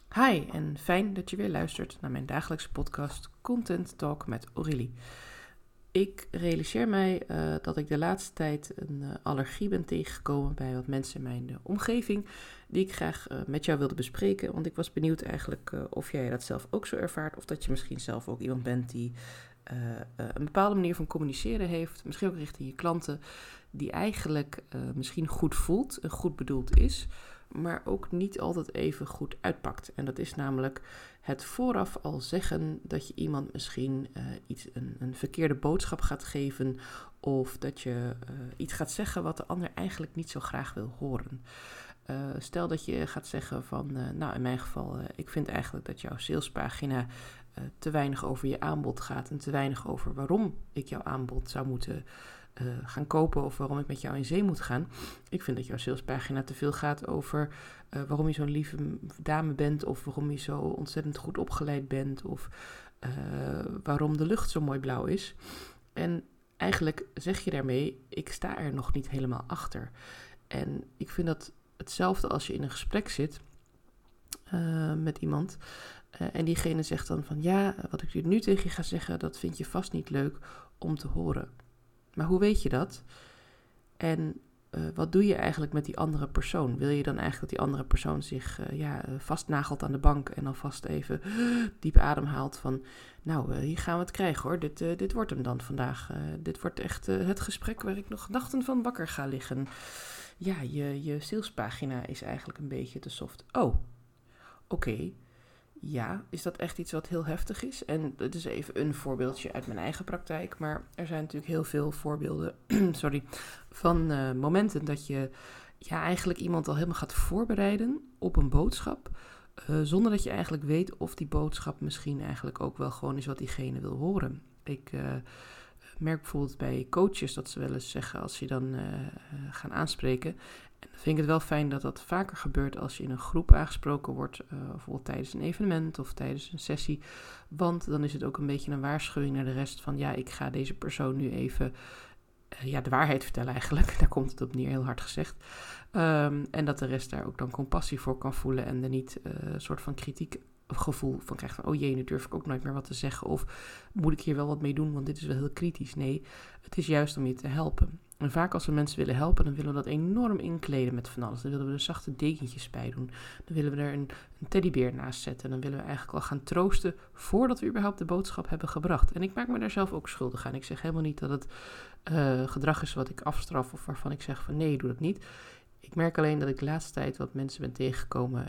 Hi en fijn dat je weer luistert naar mijn dagelijkse podcast Content Talk met Aurélie. Ik realiseer mij dat ik de laatste tijd een allergie ben tegengekomen bij wat mensen in mijn omgeving die ik graag met jou wilde bespreken. Want ik was benieuwd eigenlijk of jij dat zelf ook zo ervaart of dat je misschien zelf ook iemand bent die een bepaalde manier van communiceren heeft, misschien ook richting je klanten, die eigenlijk misschien goed voelt en goed bedoeld is, maar ook niet altijd even goed uitpakt. En dat is namelijk het vooraf al zeggen dat je iemand misschien een verkeerde boodschap gaat geven, of dat je iets gaat zeggen wat de ander eigenlijk niet zo graag wil horen. Stel dat je gaat zeggen van, in mijn geval, ik vind eigenlijk dat jouw salespagina te weinig over je aanbod gaat en te weinig over waarom ik jouw aanbod zou moeten gaan kopen of waarom ik met jou in zee moet gaan. Ik vind dat jouw salespagina te veel gaat over waarom je zo'n lieve dame bent, of waarom je zo ontzettend goed opgeleid bent, of waarom de lucht zo mooi blauw is. En eigenlijk zeg je daarmee, ik sta er nog niet helemaal achter. En ik vind dat hetzelfde als je in een gesprek zit met iemand en diegene zegt dan van ja, wat ik nu tegen je ga zeggen, dat vind je vast niet leuk om te horen. Maar hoe weet je dat? En wat doe je eigenlijk met die andere persoon? Wil je dan eigenlijk dat die andere persoon zich vastnagelt aan de bank en alvast even diep ademhaalt van, hier gaan we het krijgen hoor, dit wordt hem dan vandaag. Dit wordt echt het gesprek waar ik nog nachten van wakker ga liggen. Ja, je salespagina is eigenlijk een beetje te soft. Oh, oké. Ja, is dat echt iets wat heel heftig is? En het is even een voorbeeldje uit mijn eigen praktijk, maar er zijn natuurlijk heel veel voorbeelden van momenten dat je eigenlijk iemand al helemaal gaat voorbereiden op een boodschap, zonder dat je eigenlijk weet of die boodschap misschien eigenlijk ook wel gewoon is wat diegene wil horen. Ik merk bijvoorbeeld bij coaches dat ze wel eens zeggen als je dan gaan aanspreken. En dan vind ik het wel fijn dat dat vaker gebeurt als je in een groep aangesproken wordt, bijvoorbeeld tijdens een evenement of tijdens een sessie. Want dan is het ook een beetje een waarschuwing naar de rest van ik ga deze persoon nu even de waarheid vertellen eigenlijk. Daar komt het op neer, heel hard gezegd. En dat de rest daar ook dan compassie voor kan voelen en er niet een soort van kritiek gevoel van krijgt van oh jee, nu durf ik ook nooit meer wat te zeggen of moet ik hier wel wat mee doen, want dit is wel heel kritisch. Nee, het is juist om je te helpen. En vaak als we mensen willen helpen, dan willen we dat enorm inkleden met van alles. Dan willen we er zachte dekentjes bij doen. Dan willen we er een teddybeer naast zetten. Dan willen we eigenlijk al gaan troosten voordat we überhaupt de boodschap hebben gebracht. En ik maak me daar zelf ook schuldig aan. Ik zeg helemaal niet dat het gedrag is wat ik afstraf of waarvan ik zeg van nee, doe dat niet. Ik merk alleen dat ik de laatste tijd wat mensen ben tegengekomen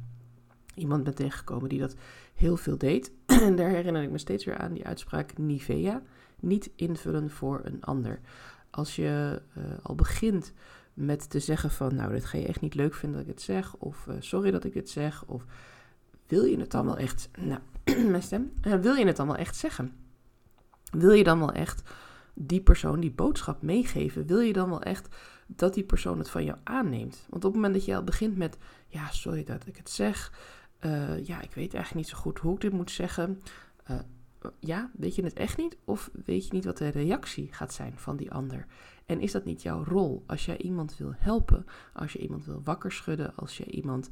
iemand ben tegengekomen die dat heel veel deed. En daar herinner ik me steeds weer aan die uitspraak Nivea. Niet invullen voor een ander. Als je al begint met te zeggen van dit ga je echt niet leuk vinden dat ik het zeg. Of sorry dat ik dit zeg. Of wil je het dan wel echt... mijn stem. Wil je het dan wel echt zeggen? Wil je dan wel echt die persoon die boodschap meegeven? Wil je dan wel echt dat die persoon het van jou aanneemt? Want op het moment dat je al begint met sorry dat ik het zeg. Ik weet eigenlijk niet zo goed hoe ik dit moet zeggen. Weet je het echt niet? Of weet je niet wat de reactie gaat zijn van die ander? En is dat niet jouw rol? Als jij iemand wil helpen, als je iemand wil wakker schudden, als je iemand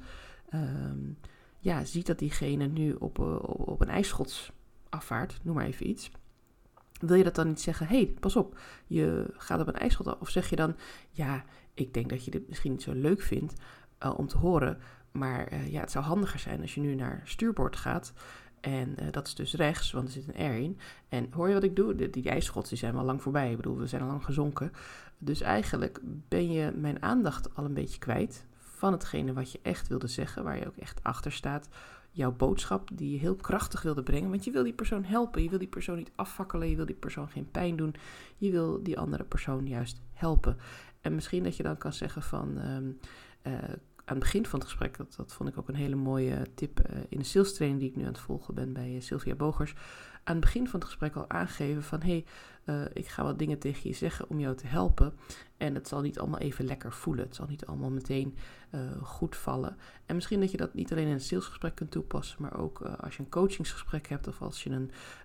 ziet dat diegene nu op een ijsschots afvaart, noem maar even iets. Wil je dat dan niet zeggen, hey, pas op, je gaat op een ijsschot af? Of zeg je dan, ik denk dat je dit misschien niet zo leuk vindt om te horen, maar het zou handiger zijn als je nu naar stuurboord gaat. En dat is dus rechts, want er zit een R in. En hoor je wat ik doe? Die ijsschots die zijn al lang voorbij. Ik bedoel, we zijn al lang gezonken. Dus eigenlijk ben je mijn aandacht al een beetje kwijt van hetgene wat je echt wilde zeggen, waar je ook echt achter staat. Jouw boodschap die je heel krachtig wilde brengen. Want je wil die persoon helpen. Je wil die persoon niet afvakkelen. Je wil die persoon geen pijn doen. Je wil die andere persoon juist helpen. En misschien dat je dan kan zeggen van aan het begin van het gesprek, dat vond ik ook een hele mooie tip in de sales training die ik nu aan het volgen ben bij Sylvia Bogers. Aan het begin van het gesprek al aangeven van ik ga wat dingen tegen je zeggen om jou te helpen. En het zal niet allemaal even lekker voelen. Het zal niet allemaal meteen goed vallen. En misschien dat je dat niet alleen in een salesgesprek kunt toepassen, maar ook als je een coachingsgesprek hebt of als je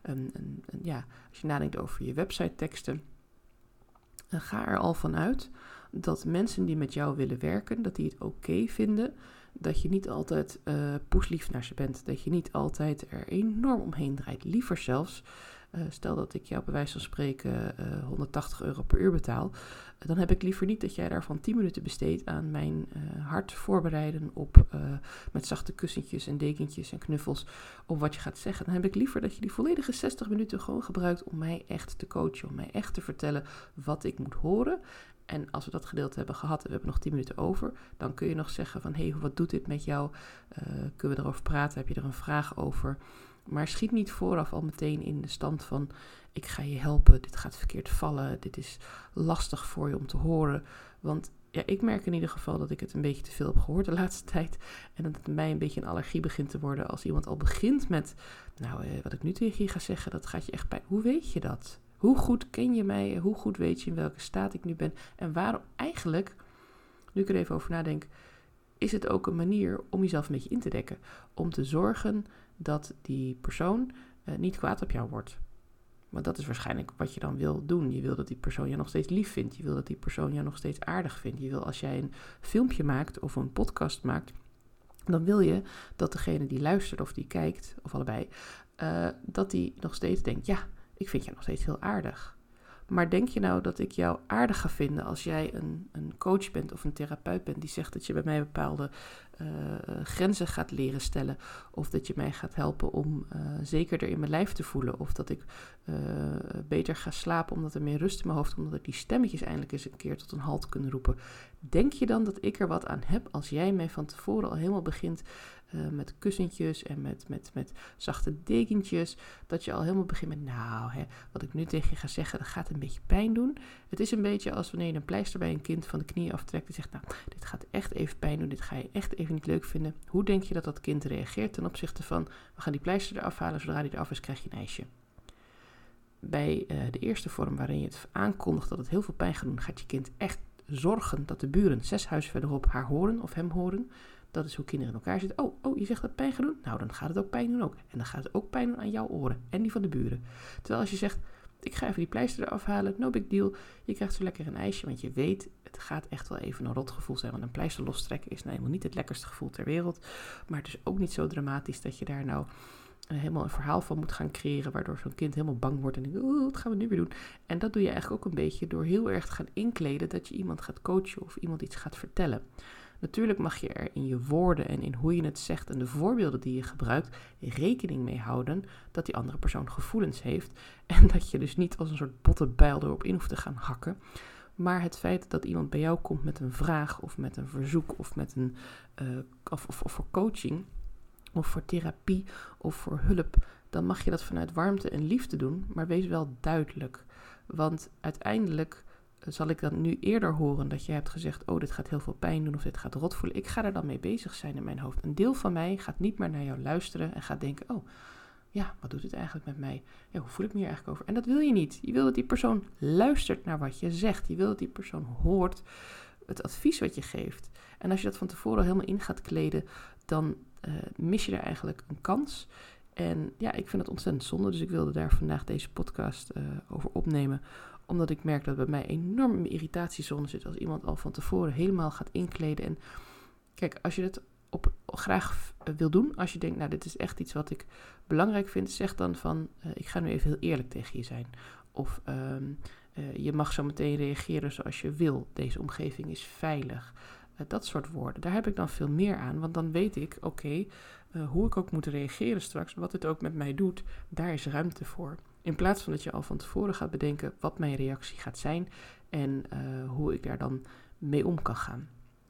als je nadenkt over je website teksten. Ga er al vanuit dat mensen die met jou willen werken, dat die het oké vinden dat je niet altijd poeslief naar ze bent. Dat je niet altijd er enorm omheen draait. Liever zelfs, stel dat ik jou bij wijze van spreken €180 per uur betaal. Dan heb ik liever niet dat jij daarvan 10 minuten besteedt aan mijn hart voorbereiden op met zachte kussentjes en dekentjes en knuffels op wat je gaat zeggen. Dan heb ik liever dat je die volledige 60 minuten gewoon gebruikt om mij echt te coachen. Om mij echt te vertellen wat ik moet horen. En als we dat gedeelte hebben gehad en we hebben nog 10 minuten over, dan kun je nog zeggen van, hey, wat doet dit met jou? Kunnen we erover praten? Heb je er een vraag over? Maar schiet niet vooraf al meteen in de stand van, ik ga je helpen, dit gaat verkeerd vallen, dit is lastig voor je om te horen. Want ja, ik merk in ieder geval dat ik het een beetje te veel heb gehoord de laatste tijd. En dat het mij een beetje een allergie begint te worden als iemand al begint met, wat ik nu tegen je ga zeggen, dat gaat je echt pijn. Hoe weet je dat? Hoe goed ken je mij? Hoe goed weet je in welke staat ik nu ben? En waarom eigenlijk, nu ik er even over nadenk, is het ook een manier om jezelf een beetje in te dekken. Om te zorgen dat die persoon niet kwaad op jou wordt. Want dat is waarschijnlijk wat je dan wil doen. Je wil dat die persoon jou nog steeds lief vindt. Je wil dat die persoon jou nog steeds aardig vindt. Je wil als jij een filmpje maakt of een podcast maakt, dan wil je dat degene die luistert of die kijkt, of allebei, dat die nog steeds denkt, ja, ik vind jou nog steeds heel aardig. Maar denk je nou dat ik jou aardig ga vinden als jij een coach bent of een therapeut bent die zegt dat je bij mij bepaalde grenzen gaat leren stellen, of dat je mij gaat helpen om zekerder in mijn lijf te voelen, of dat ik beter ga slapen omdat er meer rust in mijn hoofd, omdat ik die stemmetjes eindelijk eens een keer tot een halt kunnen roepen. Denk je dan dat ik er wat aan heb als jij mij van tevoren al helemaal begint met kussentjes en met zachte dekentjes, dat je al helemaal begint met, wat ik nu tegen je ga zeggen, dat gaat een beetje pijn doen. Het is een beetje als wanneer je een pleister bij een kind van de knie aftrekt en zegt, dit gaat echt even pijn doen, dit ga je echt even niet leuk vinden. Hoe denk je dat dat kind reageert ten opzichte van, we gaan die pleister eraf halen, zodra die eraf is, krijg je een ijsje. Bij de eerste vorm waarin je het aankondigt dat het heel veel pijn gaat doen, gaat je kind echt zorgen dat de buren 6 huizen verderop haar horen of hem horen. Dat is hoe kinderen in elkaar zitten. Oh, je zegt dat pijn gaat doen? Nou, dan gaat het ook pijn doen ook. En dan gaat het ook pijn doen aan jouw oren en die van de buren. Terwijl als je zegt, ik ga even die pleister eraf halen, no big deal. Je krijgt zo lekker een ijsje, want je weet, het gaat echt wel even een rotgevoel zijn. Want een pleister lostrekken is nou helemaal niet het lekkerste gevoel ter wereld. Maar het is ook niet zo dramatisch dat je daar nou helemaal een verhaal van moet gaan creëren, waardoor zo'n kind helemaal bang wordt en denkt, wat gaan we nu weer doen? En dat doe je eigenlijk ook een beetje door heel erg te gaan inkleden dat je iemand gaat coachen of iemand iets gaat vertellen. Natuurlijk mag je er in je woorden en in hoe je het zegt en de voorbeelden die je gebruikt rekening mee houden dat die andere persoon gevoelens heeft en dat je dus niet als een soort bottenbijl erop in hoeft te gaan hakken. Maar het feit dat iemand bij jou komt met een vraag of met een verzoek of met een of voor coaching of voor therapie of voor hulp, dan mag je dat vanuit warmte en liefde doen, maar wees wel duidelijk. Want uiteindelijk zal ik dan nu eerder horen dat je hebt gezegd, dit gaat heel veel pijn doen of dit gaat rot voelen. Ik ga er dan mee bezig zijn in mijn hoofd. Een deel van mij gaat niet meer naar jou luisteren en gaat denken, wat doet dit eigenlijk met mij? Ja, hoe voel ik me hier eigenlijk over? En dat wil je niet. Je wil dat die persoon luistert naar wat je zegt. Je wil dat die persoon hoort het advies wat je geeft. En als je dat van tevoren helemaal in gaat kleden, dan mis je er eigenlijk een kans. En ja, ik vind het ontzettend zonde. Dus ik wilde daar vandaag deze podcast over opnemen. Omdat ik merk dat bij mij enorm in mijn irritatiezone zit als iemand al van tevoren helemaal gaat inkleden. En kijk, als je het graag wil doen, als je denkt, dit is echt iets wat ik belangrijk vind, zeg dan van, ik ga nu even heel eerlijk tegen je zijn. Of je mag zo meteen reageren zoals je wil. Deze omgeving is veilig. Dat soort woorden. Daar heb ik dan veel meer aan, want dan weet ik, hoe ik ook moet reageren straks, wat het ook met mij doet, daar is ruimte voor. In plaats van dat je al van tevoren gaat bedenken wat mijn reactie gaat zijn en hoe ik daar dan mee om kan gaan.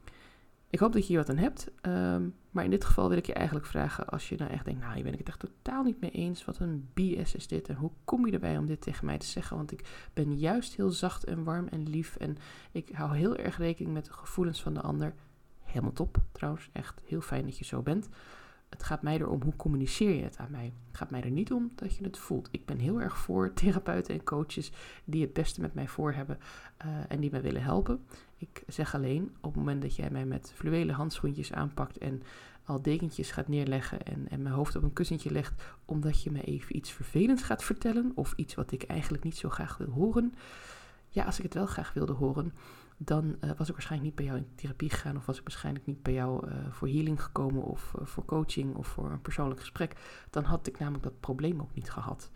Ik hoop dat je hier wat aan hebt, maar in dit geval wil ik je eigenlijk vragen, als je nou echt denkt, hier ben ik het echt totaal niet mee eens, wat een BS is dit en hoe kom je erbij om dit tegen mij te zeggen, want ik ben juist heel zacht en warm en lief en ik hou heel erg rekening met de gevoelens van de ander. Helemaal top trouwens, echt heel fijn dat je zo bent. Het gaat mij erom, hoe communiceer je het aan mij? Het gaat mij er niet om dat je het voelt. Ik ben heel erg voor therapeuten en coaches die het beste met mij voor hebben en die mij willen helpen. Ik zeg alleen, op het moment dat jij mij met fluwelen handschoentjes aanpakt en al dekentjes gaat neerleggen en mijn hoofd op een kussentje legt, omdat je me even iets vervelends gaat vertellen of iets wat ik eigenlijk niet zo graag wil horen. Ja, als ik het wel graag wilde horen, dan was ik waarschijnlijk niet bij jou in therapie gegaan, of was ik waarschijnlijk niet bij jou voor healing gekomen, of voor coaching, of voor een persoonlijk gesprek. Dan had ik namelijk dat probleem ook niet gehad.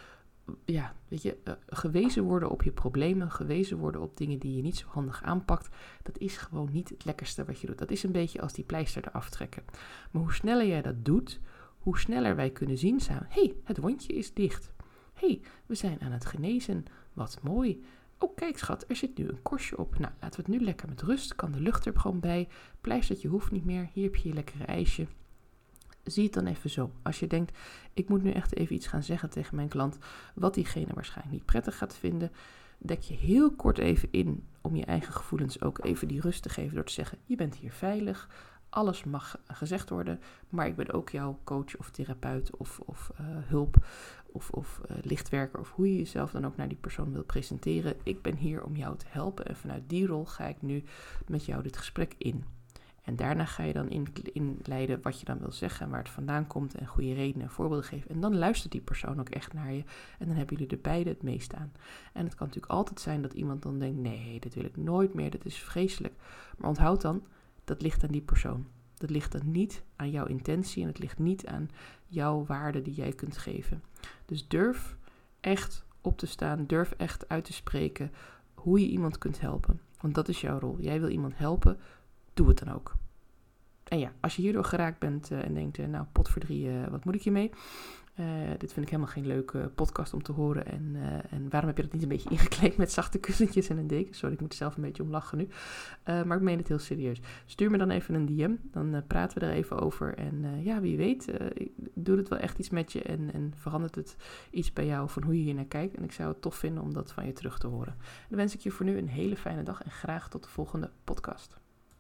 Ja, weet je, gewezen worden op je problemen, gewezen worden op dingen die je niet zo handig aanpakt, dat is gewoon niet het lekkerste wat je doet. Dat is een beetje als die pleister eraf trekken. Maar hoe sneller jij dat doet, hoe sneller wij kunnen zien samen, hey, het wondje is dicht. Hey, we zijn aan het genezen. Wat mooi. Oh, kijk schat, er zit nu een korstje op. Nou, laten we het nu lekker met rust. Kan de lucht er gewoon bij. Pleistertje hoeft niet meer. Hier heb je je lekkere ijsje. Zie het dan even zo. Als je denkt, ik moet nu echt even iets gaan zeggen tegen mijn klant, wat diegene waarschijnlijk niet prettig gaat vinden, dek je heel kort even in om je eigen gevoelens ook even die rust te geven door te zeggen, je bent hier veilig, alles mag gezegd worden, maar ik ben ook jouw coach of therapeut of hulp of lichtwerker of hoe je jezelf dan ook naar die persoon wilt presenteren. Ik ben hier om jou te helpen en vanuit die rol ga ik nu met jou dit gesprek in. En daarna ga je dan inleiden wat je dan wil zeggen en waar het vandaan komt en goede redenen en voorbeelden geven. En dan luistert die persoon ook echt naar je en dan hebben jullie er beide het meest aan. En het kan natuurlijk altijd zijn dat iemand dan denkt, nee, dit wil ik nooit meer, dit is vreselijk. Maar onthoud dan, dat ligt aan die persoon. Dat ligt dan niet aan jouw intentie en het ligt niet aan jouw waarde die jij kunt geven. Dus durf echt op te staan, durf echt uit te spreken hoe je iemand kunt helpen. Want dat is jouw rol. Jij wil iemand helpen, doe het dan ook. En ja, als je hierdoor geraakt bent en denkt, nou potverdrie, wat moet ik hiermee? Dit vind ik helemaal geen leuke podcast om te horen. En waarom heb je dat niet een beetje ingekleed met zachte kussentjes en een deken? Sorry, ik moet er zelf een beetje om lachen nu. Maar ik meen het heel serieus. Stuur me dan even een DM, dan praten we er even over. En ja, wie weet, doet het wel echt iets met je en verandert het iets bij jou van hoe je hier naar kijkt. En ik zou het tof vinden om dat van je terug te horen. Dan wens ik je voor nu een hele fijne dag en graag tot de volgende podcast.